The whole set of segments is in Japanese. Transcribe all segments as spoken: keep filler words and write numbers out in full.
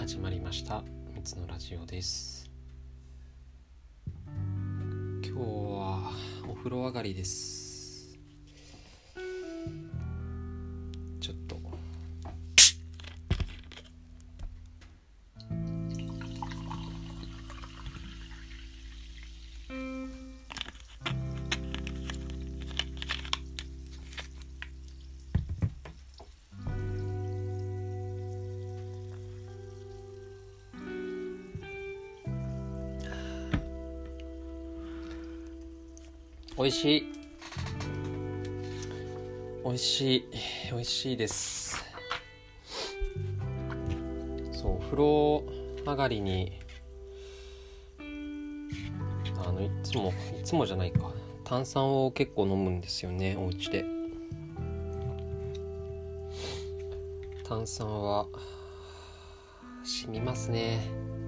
始まりましたみつのラジオです。今日はお風呂上がりです。ちょっとおいしいおいしいおいしいです。そうお風呂上がりにあのいつもいつもじゃないか炭酸を結構飲むんですよね。お家で炭酸は染みますね。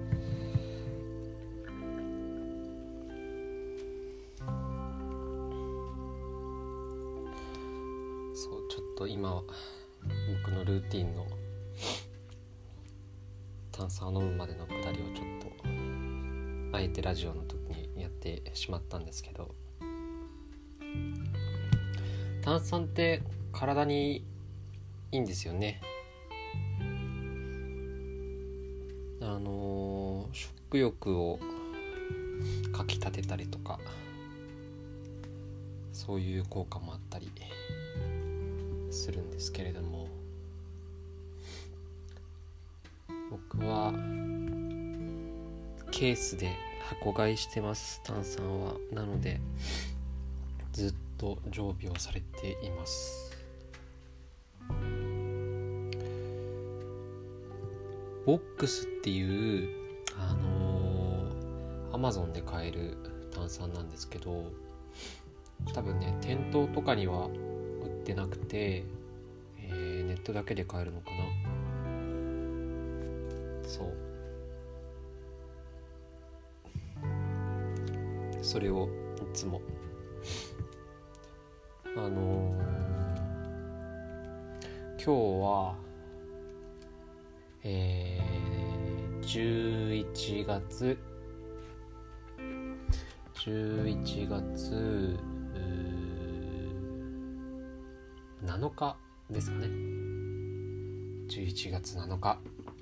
そうちょっと今は僕のルーティンの炭酸を飲むまでのくだりをちょっとあえてラジオの時にやってしまったんですけど、炭酸って体にいいんですよね。あのー、食欲をかき立てたりとかそういう効果もあったりするんですけれども、僕はケースで箱買いしてます。炭酸はなのでずっと常備をされています。ボックスっていうあのー、Amazon で買える炭酸なんですけど、多分ね店頭とかには売ってなくて、えー、ネットだけで買えるのかな。そうそれをいつもあのー、今日はえー、じゅういちがつじゅういちがつなのかですかね。じゅういちがつなのか、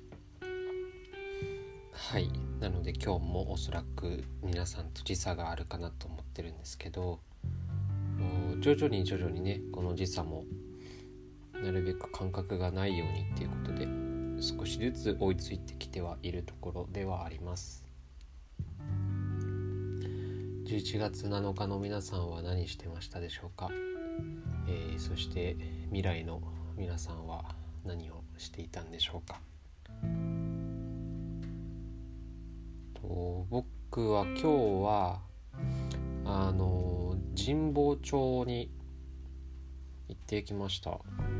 はいなので今日もおそらく皆さんと時差があるかなと思ってるんですけど、徐々に徐々にねこの時差もなるべく感覚がないようにっていうことで少しずつ追いついてきてはいるところではあります。じゅういちがつなのかの皆さんは何してましたでしょうか。えー、そして未来の皆さんは何をしていたんでしょうか。と僕は今日はあの神保町に行ってきました。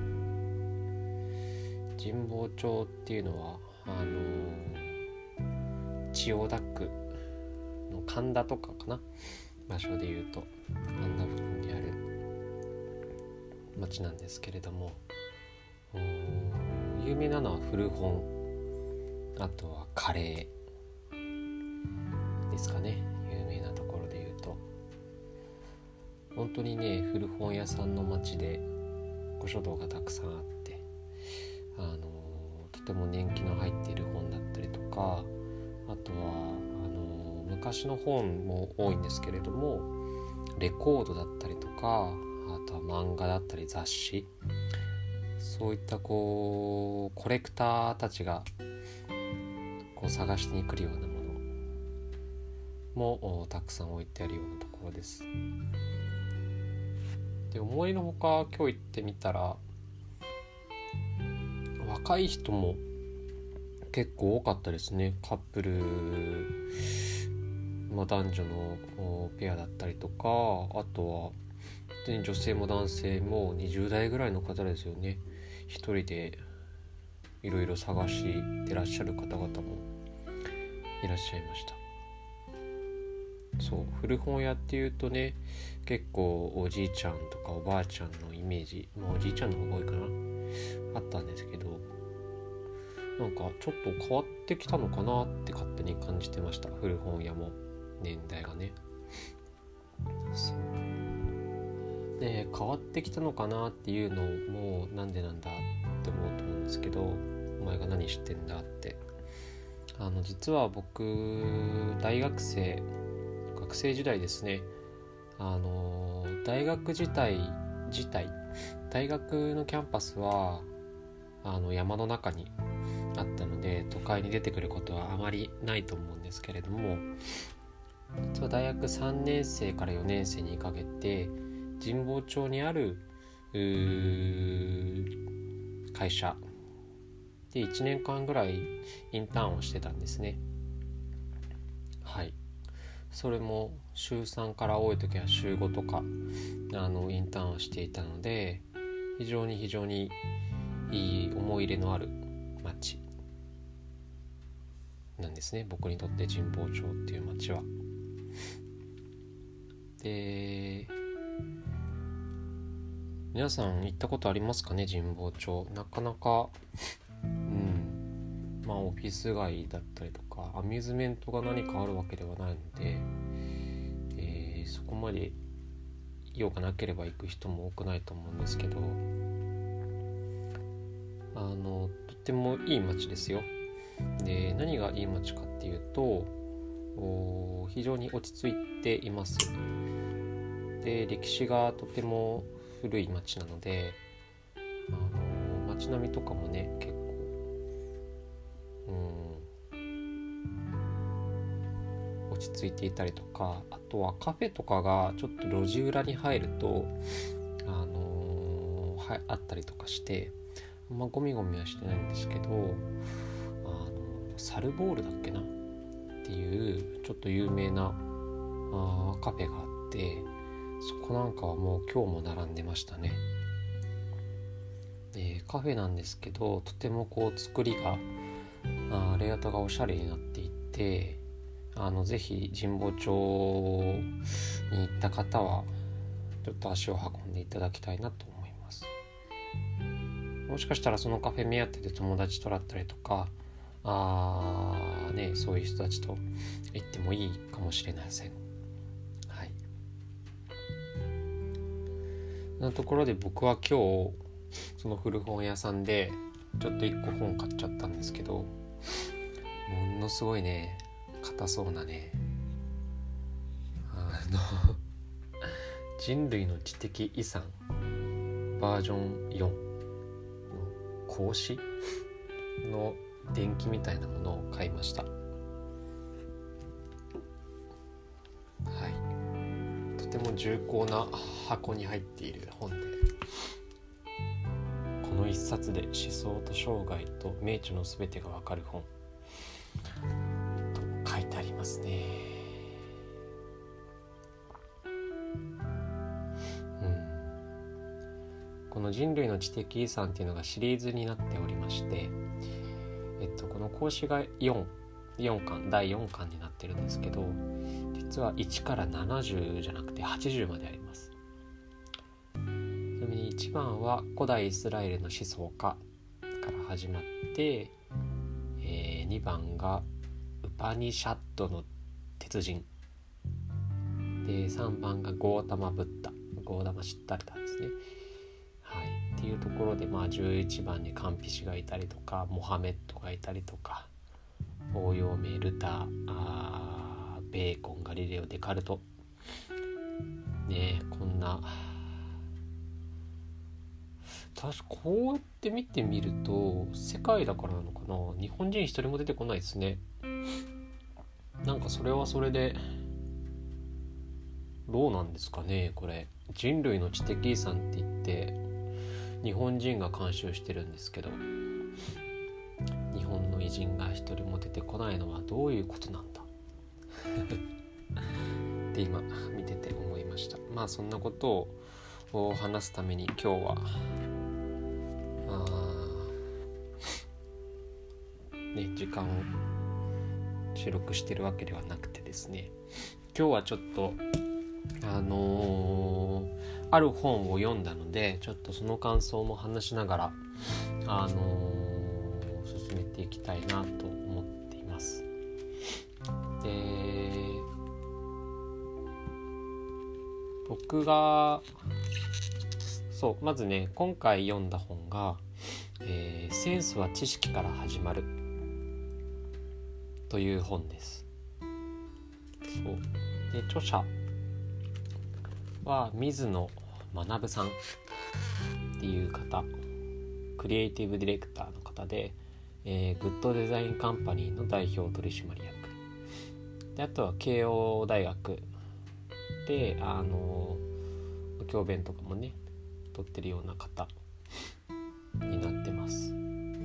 神保町っていうのはあの千代田区の神田とかかな場所でいうと神田付近にある町なんですけれども、有名なのは古本、あとはカレーですかね。有名なところでいうと本当にね古本屋さんの町で古書道がたくさんあって、あのとても年季の入っている本だったりとか、あとはあの昔の本も多いんですけれどもレコードだったりとか、あとは漫画だったり雑誌、そういったこうコレクターたちがこう探しに来るようなものもたくさん置いてあるようなところです。で思いのほか今日行ってみたら若い人も結構多かったですね。カップル、まあ、男女のペアだったりとか、あとは女性も男性もにじゅう代ぐらいの方ですよね。一人でいろいろ探してらっしゃる方々もいらっしゃいました。そう古本屋っていうとね結構おじいちゃんとかおばあちゃんのイメージ、まあ、おじいちゃんの方が多いかなあったんですけど、 なんかちょっと変わってきたのかなって勝手に感じてました。古本屋も年代がね。そうで変わってきたのかなっていうのもなんでなんだって思うと思うんですけど、お前が何知ってんだって。あの実は僕大学生学生時代ですね、あの大学自体自体大学のキャンパスはあの山の中にあったので都会に出てくることはあまりないと思うんですけれども、実は大学さんねん生からよねん生にかけて神保町にある会社でいちねんかんぐらいインターンをしてたんですね。はい。それも週さんから多い時は週ごとかあのインターンをしていたので、非常に非常にいい思い入れのある街なんですね、僕にとって神保町っていう街は。で、皆さん行ったことありますかね、神保町。なかなかうんまあオフィス街だったりとかアミューズメントが何かあるわけではないので、えー、そこまで意欲がなければ行く人も多くないと思うんですけど、あのとってもいい街ですよ。で、何がいい街かっていうと、非常に落ち着いています。で、歴史がとても古い街なので、あの街並みとかもね結構、うん、落ち着いていたりとか、あとはカフェとかがちょっと路地裏に入ると、あのー、はあったりとかして、あんまゴミゴミはしてないんですけど、あのサルボールだっけなっていうちょっと有名なあカフェがあって、そこなんかはもう今日も並んでましたね。でカフェなんですけど、とてもこう作りがあレイアウトがおしゃれになっていて、あのぜひ神保町に行った方はちょっと足を運んでいただきたいなと思います。もしかしたらそのカフェ目当てで友達とらったりとか、あー、ね、そういう人たちと行ってもいいかもしれません。はい。なところで僕は今日その古本屋さんでちょっといっこ本買っちゃったんですけど、ものすごいね硬そうなね、あの人類の知的遺産バージョンよんの講師の伝記みたいなものを買いました。はい。とても重厚な箱に入っている本で、この一冊で思想と生涯と名著のすべてがわかる本と書いてありますね。うん。この人類の知的遺産っていうのがシリーズになっておりまして、えっと、この講師がよん、よんかん、だいよんかんになってるんですけど、実はいちからななじゅうじゃなくてはちじゅうまであります。ちなみにいちばんは古代イスラエルの思想家から始まって、えー、にばんがウパニシャッドの鉄人で、さんばんがゴータマブッダ、ゴーダマシッタルタですね。はい、っていうところで、まあ、じゅういちばんにカンピシがいたりとか、モハメッドがいたりとか、応用名ルター、あーベーコン、ガリレオ、デカルトねえ、こんな、確かこうやって見てみると世界だからなのかな、日本人一人も出てこないですね。なんかそれはそれでどうなんですかね。これ人類の知的遺産って言って日本人が監修してるんですけど、日本の偉人が一人も出てこないのはどういうことなんだって今見てて思いました。まあそんなことを話すために今日はあね時間を収録してるわけではなくてですね、今日はちょっとあのー、ある本を読んだので、ちょっとその感想も話しながらあのー、進進めていきたいなと思っています。で、僕がそうまずね今回読んだ本が、えー、センスは知識から始まるという本です。そうで著者は水野学さんっていう方、クリエイティブディレクターの方で、えー、グッドデザインカンパニーの代表取締役で、あとは慶応大学であの教鞭とかもね取ってるような方になってます。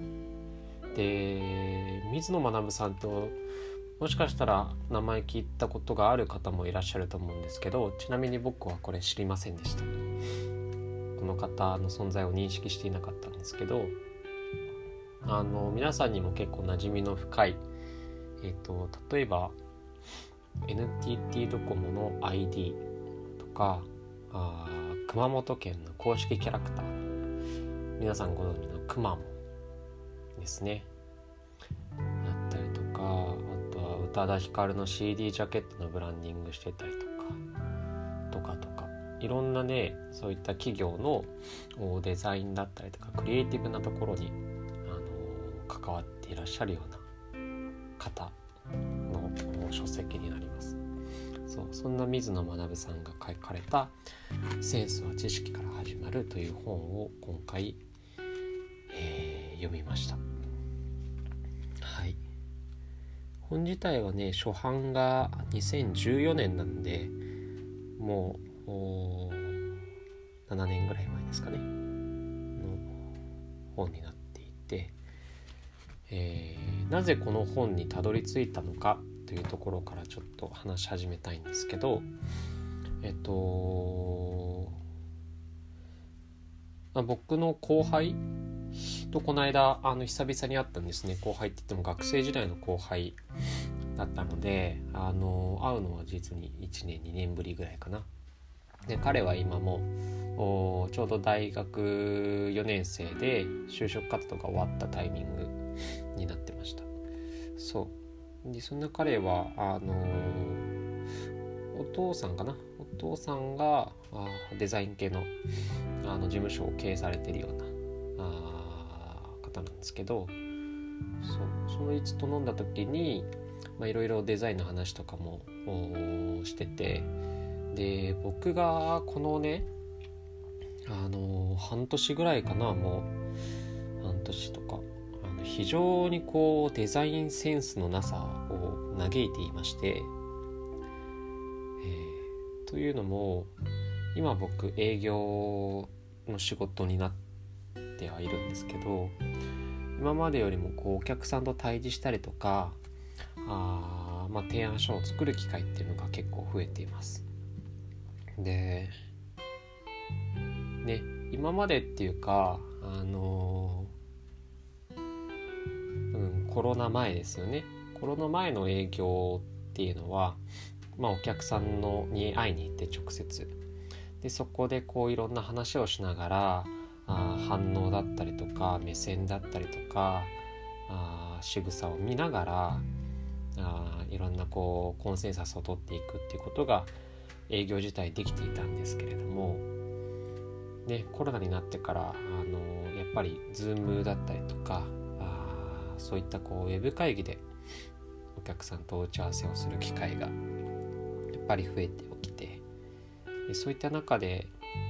で、水野学さんともしかしたら名前聞いたことがある方もいらっしゃると思うんですけど、ちなみに僕はこれ知りませんでした。この方の存在を認識していなかったんですけど、あの皆さんにも結構馴染みの深い、えーと、例えば エヌティーティー ドコモの アイディー とか、あ熊本県の公式キャラクター、皆さんご存知のくまモンですねだったりとか、あとは宇多田ヒカルの シーディー ジャケットのブランディングしてたりとかとかとかいろんなねそういった企業のデザインだったりとかクリエイティブなところに、あのー、関わっていらっしゃるような方の書籍になります。そうそんな水野学さんが書かれたセンスは知識から始まるという本を今回、えー、読みました。はい。本自体はね初版がにせんじゅうよねんなんでもうななねんぐらい前ですかねの本になっていて、えー、なぜこの本にたどり着いたのかというところからちょっと話し始めたいんですけど、えっと、まあ、僕の後輩とこの間あの久々に会ったんですね。後輩って言っても学生時代の後輩だったので、あの会うのは実にいちねんにねんぶりぐらいかな。で彼は今もちょうど大学よねん生で就職活動が終わったタイミングになってました。そうでそんな彼はあのお父さんかなお父さんがあデザイン系のあの事務所を経営されているようなあ方なんですけど、そうそのいつと飲んだ時にいろいろデザインの話とかもしてて、で僕がこのねあの半年ぐらいかなもう半年とかあの非常にこうデザインセンスのなさを嘆いていまして、えー、というのも今僕営業の仕事になってはいるんですけど、今までよりもこうお客さんと対峙したりとかあ、まあ、提案書を作る機会っていうのが結構増えています。でね今までっていうかあの、うん、コロナ前ですよね。コロナ前の営業っていうのは、まあ、お客さんのに会いに行って直接でそこでこういろんな話をしながらあ反応だったりとか目線だったりとかあ仕草を見ながらあいろんなこうコンセンサスを取っていくっていうことが営業自体できていたんですけれども、ね、コロナになってからあのやっぱり Zoom だったりとかあそういったこうウェブ会議でお客さんと打ち合わせをする機会がやっぱり増えてきて、でそういった中で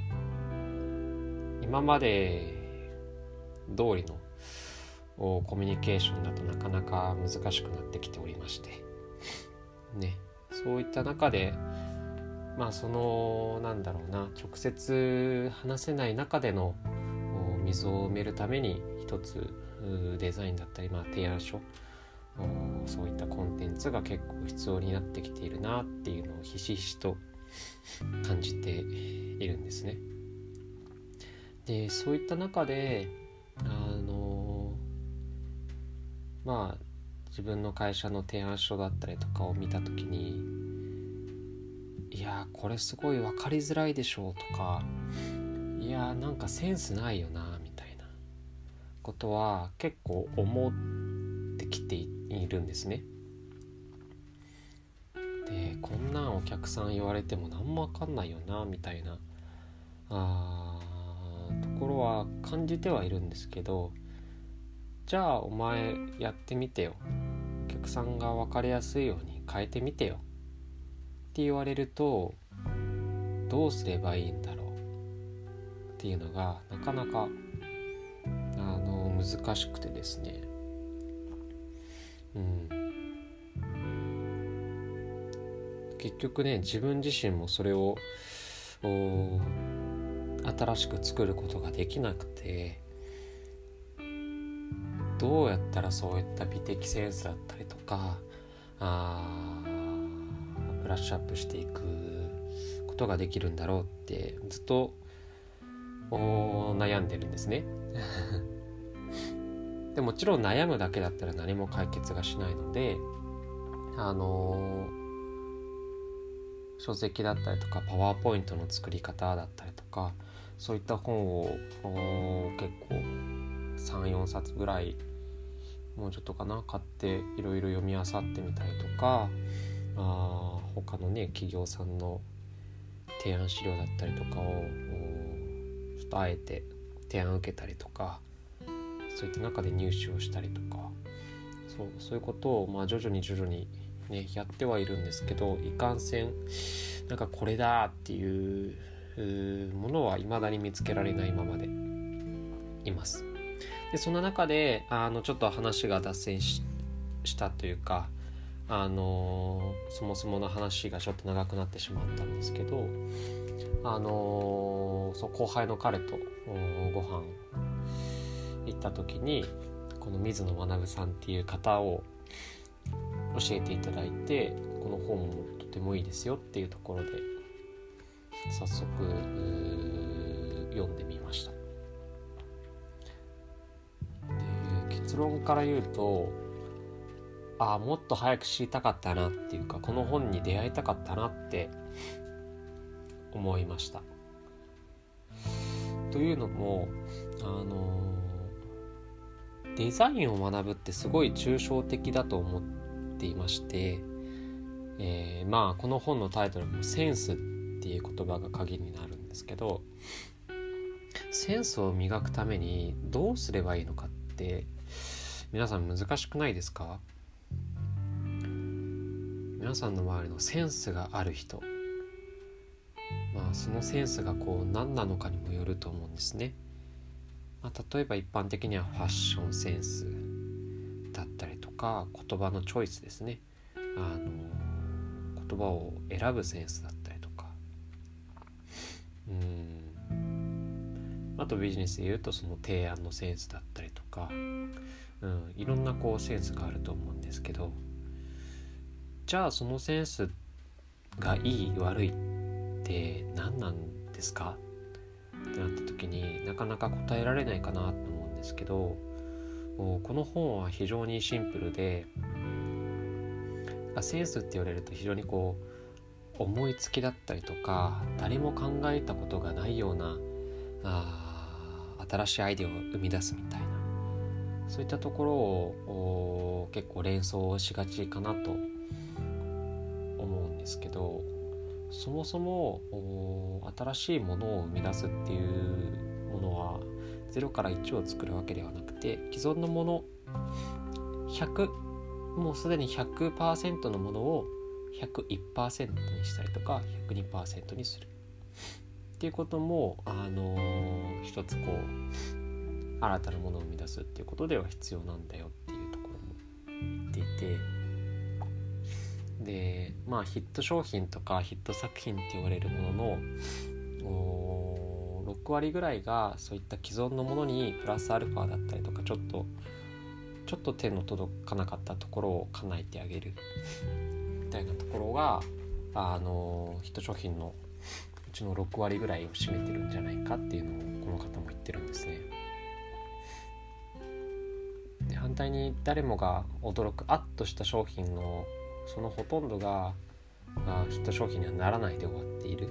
今まで通りのコミュニケーションだとなかなか難しくなってきておりましてね、そういった中でまあそのなんだろうな直接話せない中での溝を埋めるために一つデザインだったり、まあ、提案書そういったコンテンツが結構必要になってきているなっていうのをひしひしと感じているんですね。でそういった中であのまあ自分の会社の提案書だったりとかを見たときに、いやこれすごい分かりづらいでしょうとか、いやなんかセンスないよなみたいなことは結構思っいるんですね。でこんなんお客さん言われても何も分かんないよなみたいなあところは感じてはいるんですけど、じゃあお前やってみてよ、お客さんが分かりやすいように変えてみてよって言われると、どうすればいいんだろうっていうのがなかなかあの難しくてですね、うん、結局ね自分自身もそれを新しく作ることができなくて、どうやったらそういった美的センスだったりとかあブラッシュアップしていくことができるんだろうってずっと悩んでるんですねでもちろん悩むだけだったら何も解決がしないので、あのー、書籍だったりとかパワーポイントの作り方だったりとか、そういった本を結構 さん,よん 冊ぐらいもうちょっとかな買っていろいろ読み漁ってみたりとか、あ他のね企業さんの提案資料だったりとかをちょっとあえて提案を受けたりとか、そういった中で入手をしたりとか、そう、そういうことをまあ徐々に徐々にねやってはいるんですけど、いかんせんなんかこれだっていうものは未だに見つけられないままでいます。でそんな中であのちょっと話が脱線 し, したというか、あのー、そもそもの話がちょっと長くなってしまったんですけど、あのー、そう後輩の彼とご飯行った時にこの水野学さんっていう方を教えていただいて、この本もとてもいいですよっていうところで早速読んでみました。で結論から言うと、ああもっと早く知りたかったなっていうか、この本に出会いたかったなって思いました。というのもあのデザインを学ぶってすごい抽象的だと思っていまして、えー、まあこの本のタイトルもセンスっていう言葉が鍵になるんですけど、センスを磨くためにどうすればいいのかって皆さん難しくないですか？皆さんの周りのセンスがある人、まあそのセンスがこう何なのかにもよると思うんですね。まあ、例えば一般的にはファッションセンスだったりとか、言葉のチョイスですね、あの言葉を選ぶセンスだったりとか、うーんあとビジネスで言うとその提案のセンスだったりとか、うん、いろんなこうセンスがあると思うんですけど、じゃあそのセンスがいい悪いって何なんですかってなった時になかなか答えられないかなと思うんですけど、この本は非常にシンプルで、センスって言われると非常にこう思いつきだったりとか、誰も考えたことがないようなあ新しいアイデアを生み出すみたいな、そういったところを結構連想しがちかなと思うんですけど、そもそも新しいものを生み出すっていうものはゼロからいちを作るわけではなくて、既存のものひゃくもうすでに ひゃくパーセント のものを ひゃくいちパーセント にしたりとか ひゃくにパーセント にするっていうことも、あのー、一つこう新たなものを生み出すっていうことでは必要なんだよっていうところも言っていて、でまあヒット商品とかヒット作品って言われるもののろく割ぐらいがそういった既存のものにプラスアルファだったりとか、ちょっとちょっと手の届かなかったところを叶えてあげるみたいなところが、あのヒット商品のうちのろく割ぐらいを占めてるんじゃないかっていうのをこの方も言ってるんですね。で反対に誰もが驚くアッとした商品のそのほとんどがあヒット商品にはならないで終わっている、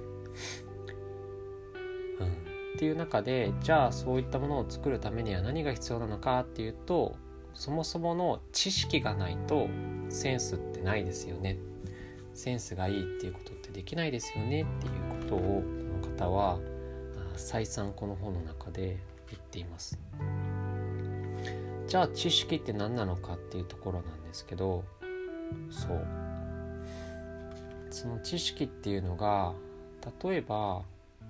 うん、っていう中で、じゃあそういったものを作るためには何が必要なのかっていうと、 そもそもの知識がないとセンスってないですよね、センスがいいっていうことってできないですよねっていうことをこの方は再三この本の中で言っています。じゃあ知識って何なのかっていうところなんですけど、そうその知識っていうのが例えば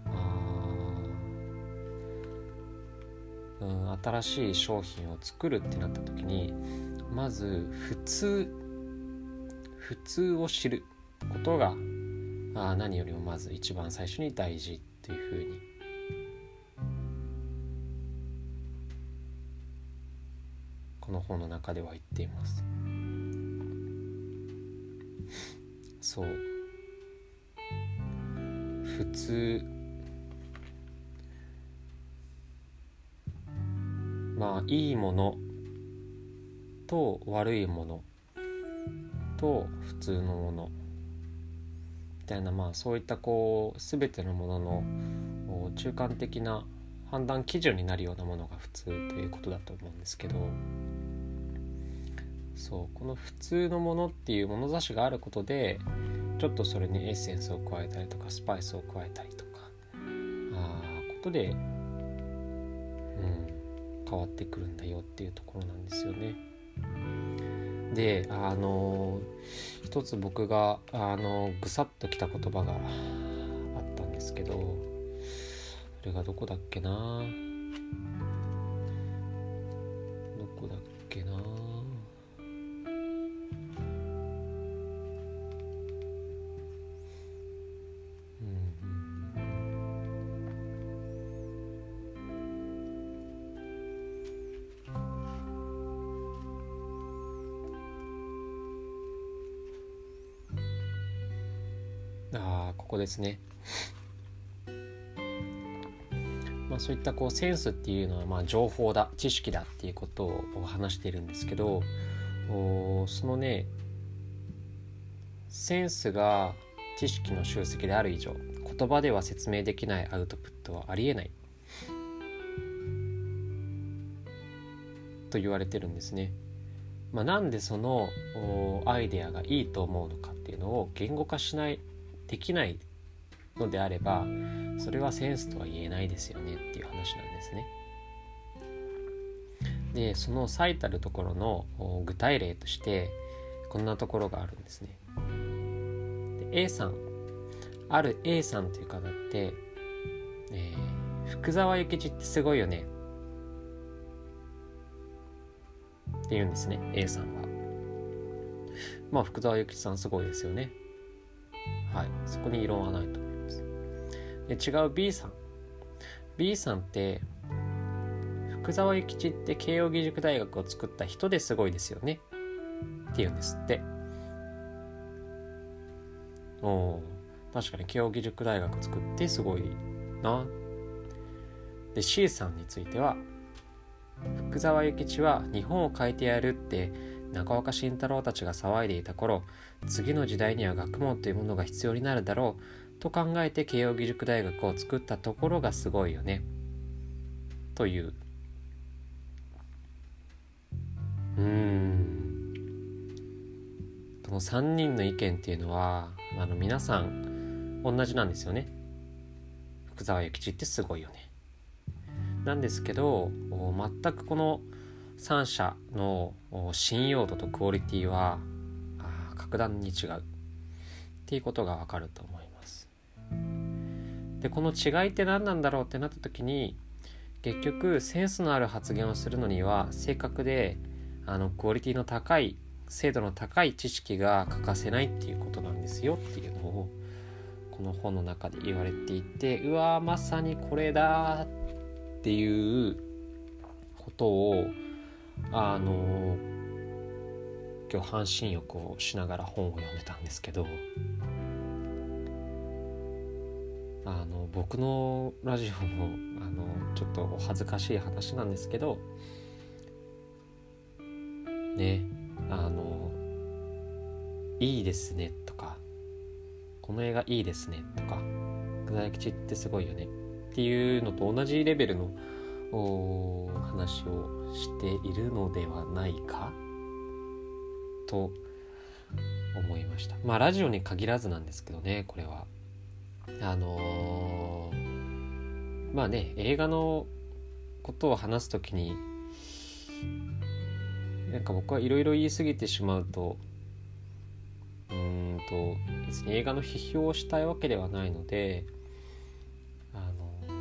うん、新しい商品を作るってなった時にまず普通普通を知ることがあ何よりもまず一番最初に大事っていうふうにこの本の中では言っています。そう普通まあいいものと悪いものと普通のものみたいな、まあそういったこう全てのものの中間的な判断基準になるようなものが普通ということだと思うんですけど、そうこの普通のものっていう物差しがあることでちょっとそれにエッセンスを加えたりとかスパイスを加えたりとかあことで、うん、変わってくるんだよっていうところなんですよね。で、あの一つ僕があのぐさっときた言葉があったんですけど、それがどこだっけなどこだっけなあここですね。まあ、そういったこうセンスっていうのはまあ情報だ知識だっていうことを話しているんですけど、そのねセンスが知識の集積である以上言葉では説明できないアウトプットはありえないと言われてるんですね。まあ、なんでそのアイデアがいいと思うのかっていうのを言語化しないできないのであればそれはセンスとは言えないですよねっていう話なんですね。でその最たるところの具体例としてこんなところがあるんですね。で A さんある A さんという方って、えー、福沢諭吉ってすごいよねって言うんですね。 A さんはまあ福沢諭吉さんすごいですよね。はい、そこに異論はないと思います。で違う B さん B さんって福沢諭吉って慶應義塾大学を作った人ですごいですよねって言うんですって。お確かに慶應義塾大学作ってすごいな。で C さんについては福沢諭吉は日本を変えてやるって中岡慎太郎たちが騒いでいた頃次の時代には学問というものが必要になるだろうと考えて慶應義塾大学を作ったところがすごいよねという。うーんこのさんにんの意見っていうのはあの皆さん同じなんですよね。福沢諭吉ってすごいよねなんですけど全くこのさん社の信用度とクオリティは格段に違うっていうことがわかると思います。でこの違いって何なんだろうってなった時に結局センスのある発言をするのには正確であのクオリティの高い精度の高い知識が欠かせないっていうことなんですよっていうのをこの本の中で言われていて、うわまさにこれだっていうことをあの今日半身浴をしながら本を読んでたんですけど、あの僕のラジオもあのちょっとお恥ずかしい話なんですけどね、あのいいですねとかこの映画いいですねとか福沢諭吉ってすごいよねっていうのと同じレベルのお話をしているのではないかと思いました。まあラジオに限らずなんですけどね、これはあのー、まあね映画のことを話すときになんか僕はいろいろ言い過ぎてしまうとうーんと別に映画の批評をしたいわけではないので、あの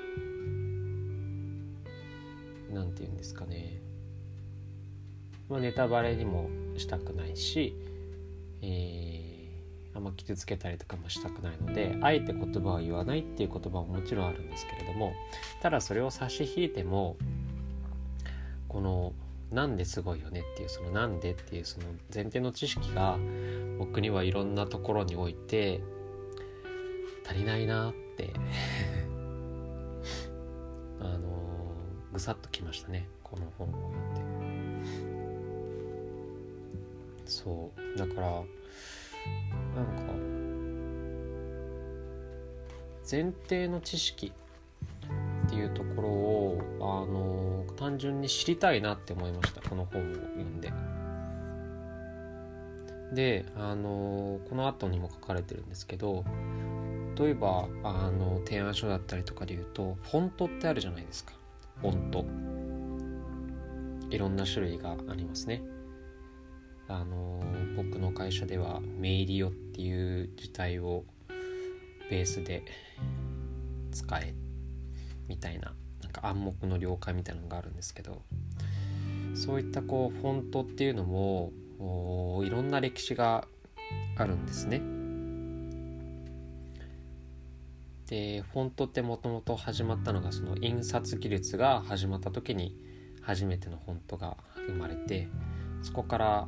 なんていうんですかね、まあ、ネタバレにもしたくないし、えー、あんま傷つけたりとかもしたくないので、あえて言葉を言わないっていう言葉ももちろんあるんですけれども、ただそれを差し引いてもこのなんですごいよねっていうそのなんでっていうその前提の知識が僕にはいろんなところにおいて足りないなってあのぐさっときましたね、この本を読んで。そうだからなんか前提の知識っていうところをあの単純に知りたいなって思いました、この本を読んで。であのこの後にも書かれてるんですけど、例えばあの提案書だったりとかで言うとフォントってあるじゃないですか。フォントいろんな種類がありますね。あの僕の会社ではメイリオっていう字体をベースで使えみたいな、なんか暗黙の了解みたいなのがあるんですけど、そういったこうフォントっていうのもいろんな歴史があるんですね。でフォントってもともと始まったのがその印刷技術が始まった時に初めてのフォントが生まれて、そこから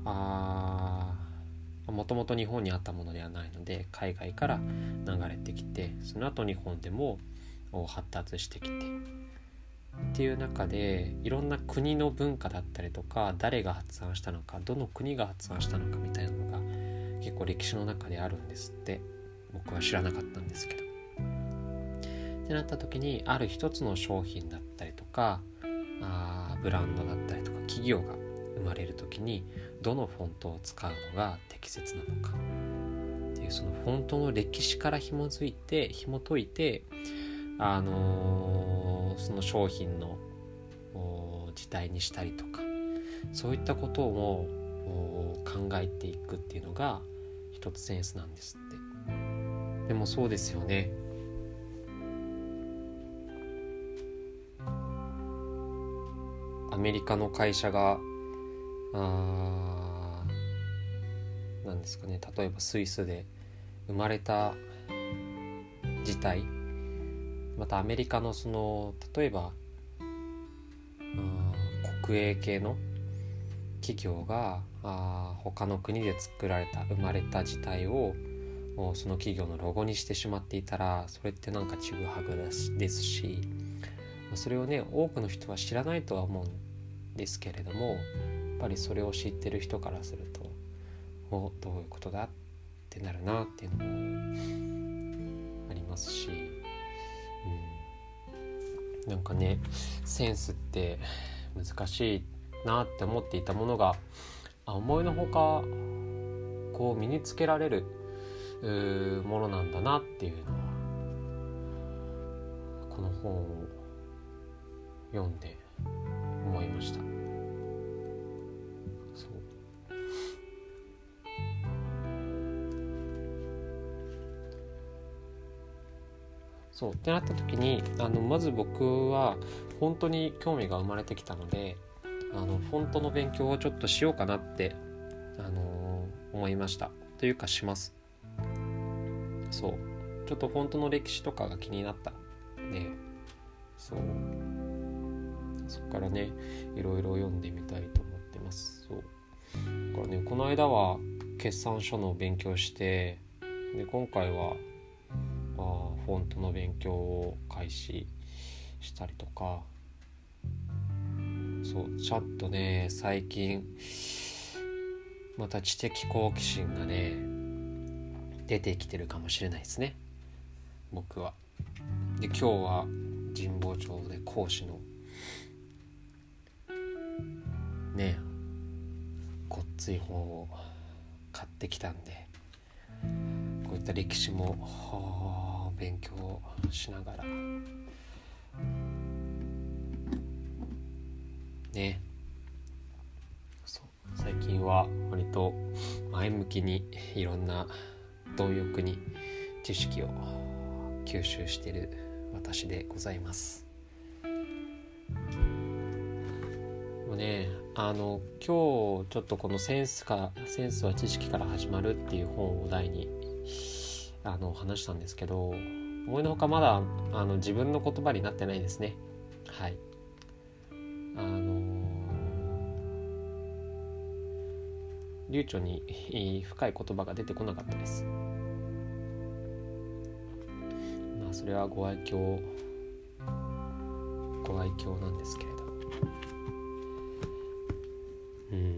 もともと日本にあったものではないので海外から流れてきて、その後日本でも発達してきてっていう中で、いろんな国の文化だったりとか誰が発案したのか、どの国が発案したのかみたいなのが結構歴史の中であるんですって。僕は知らなかったんですけど。ってなった時にある一つの商品だったりとかあブランドだったりとか企業が生まれる時にどのフォントを使うのが適切なのかっていう、そのフォントの歴史から紐づいて紐解いて、あのー、その商品の字体にしたりとか、そういったことを考えていくっていうのが一つセンスなんですって。でもそうですよね。アメリカの会社があなんですかね、例えばスイスで生まれた字体、またアメリカのその例えば国営系の企業があ他の国で作られた生まれた字体をその企業のロゴにしてしまっていたら、それってなんかちぐはぐですし、それをね多くの人は知らないとは思うんですけれども、やっぱりそれを知ってる人からするとおどういうことだってなるなっていうのもありますし、うん、なんかねセンスって難しいなって思っていたものが思いのほかこう身につけられるものなんだなっていうのはこの本を読んで思いました。そうそうってなった時にあのまず僕は本当に興味が生まれてきたので、あのフォントの勉強をちょっとしようかなって、あのー、思いましたというかします。そうちょっとフォントの歴史とかが気になったんで、そうそこからねいろいろ読んでみたいと思ってます。そうだからねこの間は決算書の勉強して、で今回はあフォントの勉強を開始したりとか、そうちょっとね最近また知的好奇心がね出てきてるかもしれないですね、僕は。で今日は神保町で講師のねごっつい本を買ってきたんで、こういった歴史も勉強しながらね、そう最近は割と前向きにいろんな貪欲に知識を吸収している私でございます。もうね、あの今日ちょっとこのセンスかセンスは知識から始まるっていう本を題にあの話したんですけど、思いのほかまだあの自分の言葉になってないですね。はい。あの流暢に深い言葉が出てこなかったです。まあそれはご愛嬌ご愛嬌なんですけれど、うん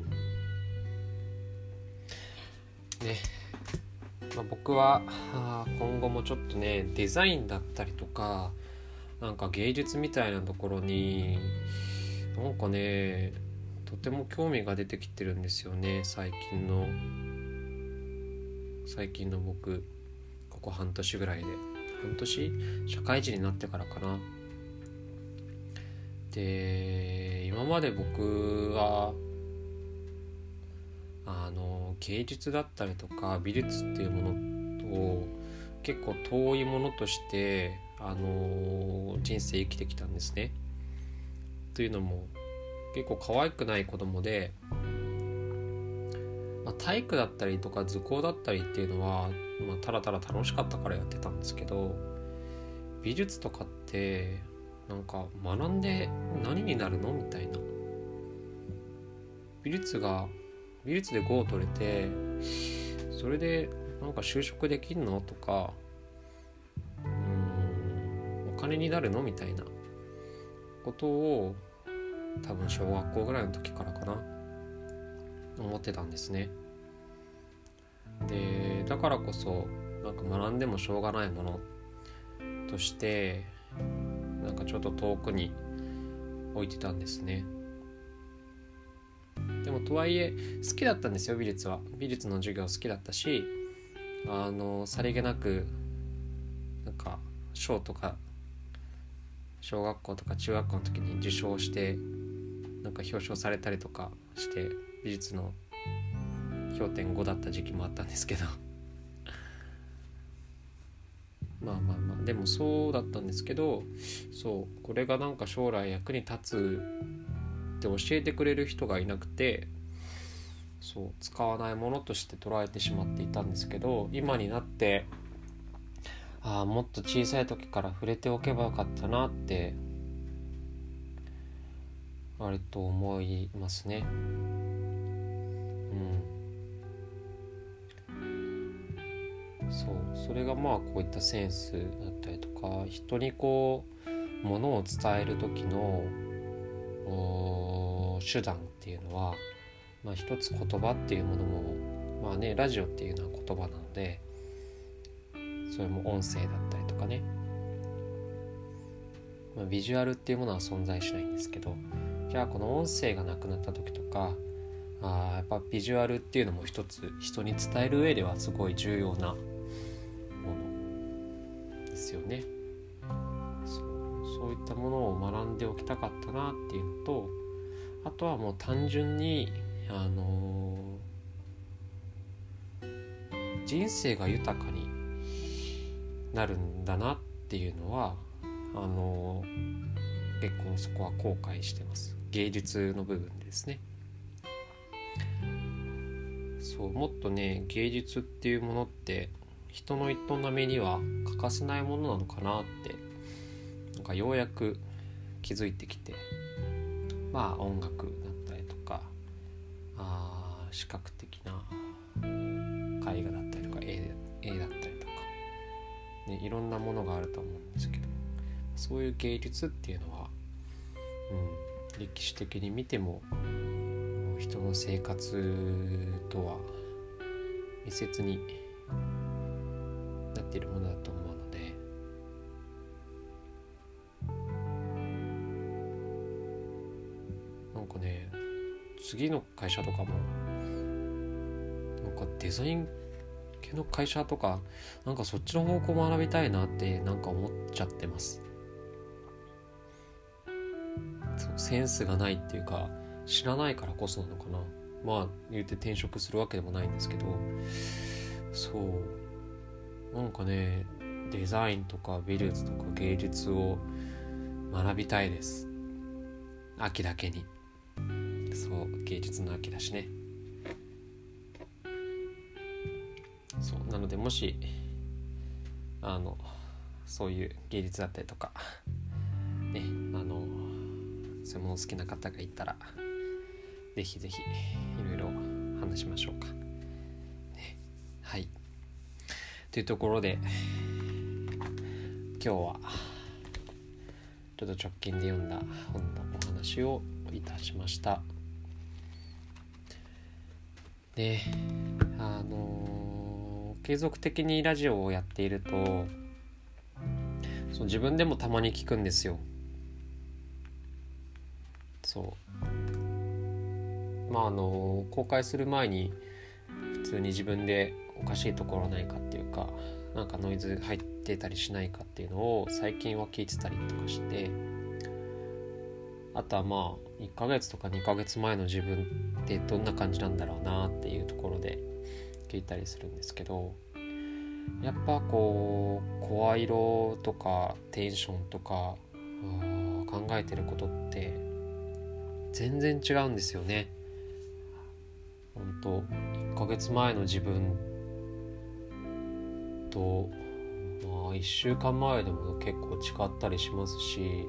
ね、まあ、僕は今後もちょっとねデザインだったりとかなんか芸術みたいなところになんかねとても興味が出てきてるんですよね。最近の最近の僕ここ半年ぐらいで半年社会人になってからかな。で今まで僕はあの芸術だったりとか美術っていうものを結構遠いものとしてあの人生生きてきたんですね。というのも結構可愛くない子供で、まあ、体育だったりとか図工だったりっていうのは、まあ、ただただ楽しかったからやってたんですけど、美術とかってなんか学んで何になるのみたいな、美術が美術でごを取れてそれでなんか就職できんのとか、うーんお金になるのみたいなことを多分小学校ぐらいの時からかな思ってたんですね。でだからこそなんか学んでもしょうがないものとしてなんかちょっと遠くに置いてたんですね。でもとはいえ好きだったんですよ。美術は美術の授業好きだったし、あのさりげなくなんか賞とか小学校とか中学校の時に受賞してなんか表彰されたりとかして美術の評点ごだった時期もあったんですけどまあまあまあでもそうだったんですけど、そうこれがなんか将来役に立つって教えてくれる人がいなくて、そう使わないものとして捉えてしまっていたんですけど、今になってああもっと小さい時から触れておけばよかったなって割と思いますね。うんそうそれがまあこういったセンスだったりとか、人にこうものを伝える時の手段っていうのは、まあ、一つ言葉っていうものもまあねラジオっていうのは言葉なのでそれも音声だったりとかね、まあ、ビジュアルっていうものは存在しないんですけど、じゃあこの音声がなくなった時とかあやっぱビジュアルっていうのも一つ人に伝える上ではすごい重要なものですよね。そうそういったものを学んでおきたかったなっていうのと、あとはもう単純にあのー、人生が豊かになるんだなっていうのはあのー、結構そこは後悔してます。芸術の部分でですね。そうもっとね芸術っていうものって人の営みには欠かせないものなのかなってなんかようやく気づいてきて、まあ音楽だったりとかあ視覚的な絵画だったりとか絵、絵だったりとか、ね、いろんなものがあると思うんですけど、そういう芸術っていうのは、うん、歴史的に見ても人の生活とは密接になっているものだと思うので、なんかね次の会社とかもなんかデザイン系の会社とかなんかそっちの方向学びたいなってなんか思っちゃってます。そうセンスがないっていうか知らないからこそなのかな。まあ言って転職するわけでもないんですけど、そうなんかねデザインとか美術とか芸術を学びたいです。秋だけに。そう芸術の秋だしね。そうなのでもしあのそういう芸術だったりとかねあのそういうもの好きな方がいたらぜひぜひいろいろ話しましょうか、ね、はいというところで今日はちょっと直近で読んだ本のお話をいたしました。であのー、継続的にラジオをやっているとそう自分でもたまに聞くんですよ。そうまああのー、公開する前に普通に自分でおかしいところないかっていうかなんかノイズ入ってたりしないかっていうのを最近は聞いてたりとかして、あとはまあいっかげつとかにかげつまえの自分ってどんな感じなんだろうなっていうところで聞いたりするんですけど、やっぱこう声色とかテンションとか考えてることって全然違うんですよね。ほんといっかげつまえの自分と、まあ、いっしゅうかんまえでも結構違ったりしますし、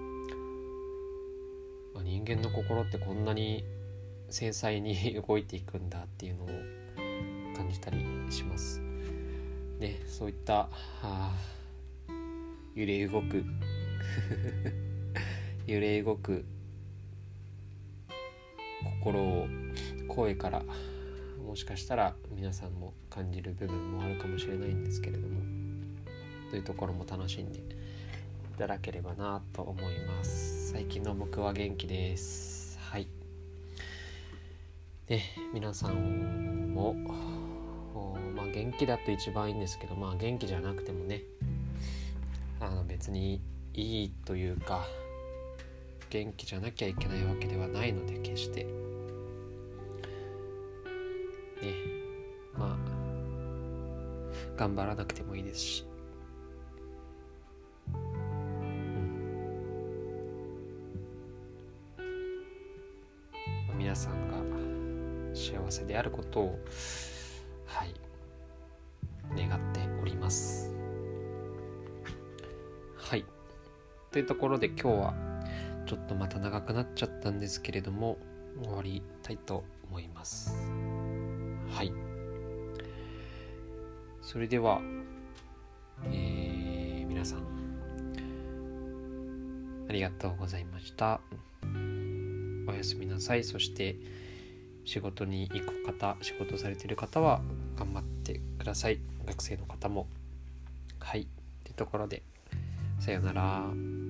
まあ、人間の心ってこんなに繊細に動いていくんだっていうのを感じたりしますね。そういったはあ揺れ動く揺れ動く心を声からもしかしたら皆さんも感じる部分もあるかもしれないんですけれども、というところも楽しんでいただければなと思います。最近の僕は元気です。はいで皆さんもまあ元気だと一番いいんですけど、まあ元気じゃなくてもねあの別にいいというか元気じゃなきゃいけないわけではないので、決してねまあ頑張らなくてもいいですし、うんまあ、皆さんが幸せであることをはい願っております。はいというところで今日はちょっとまた長くなっちゃったんですけれども終わりたいと思います。はいそれでは、えー、皆さんありがとうございました。おやすみなさい。そして仕事に行く方、仕事されている方は頑張ってください。学生の方もはいというところでさようなら。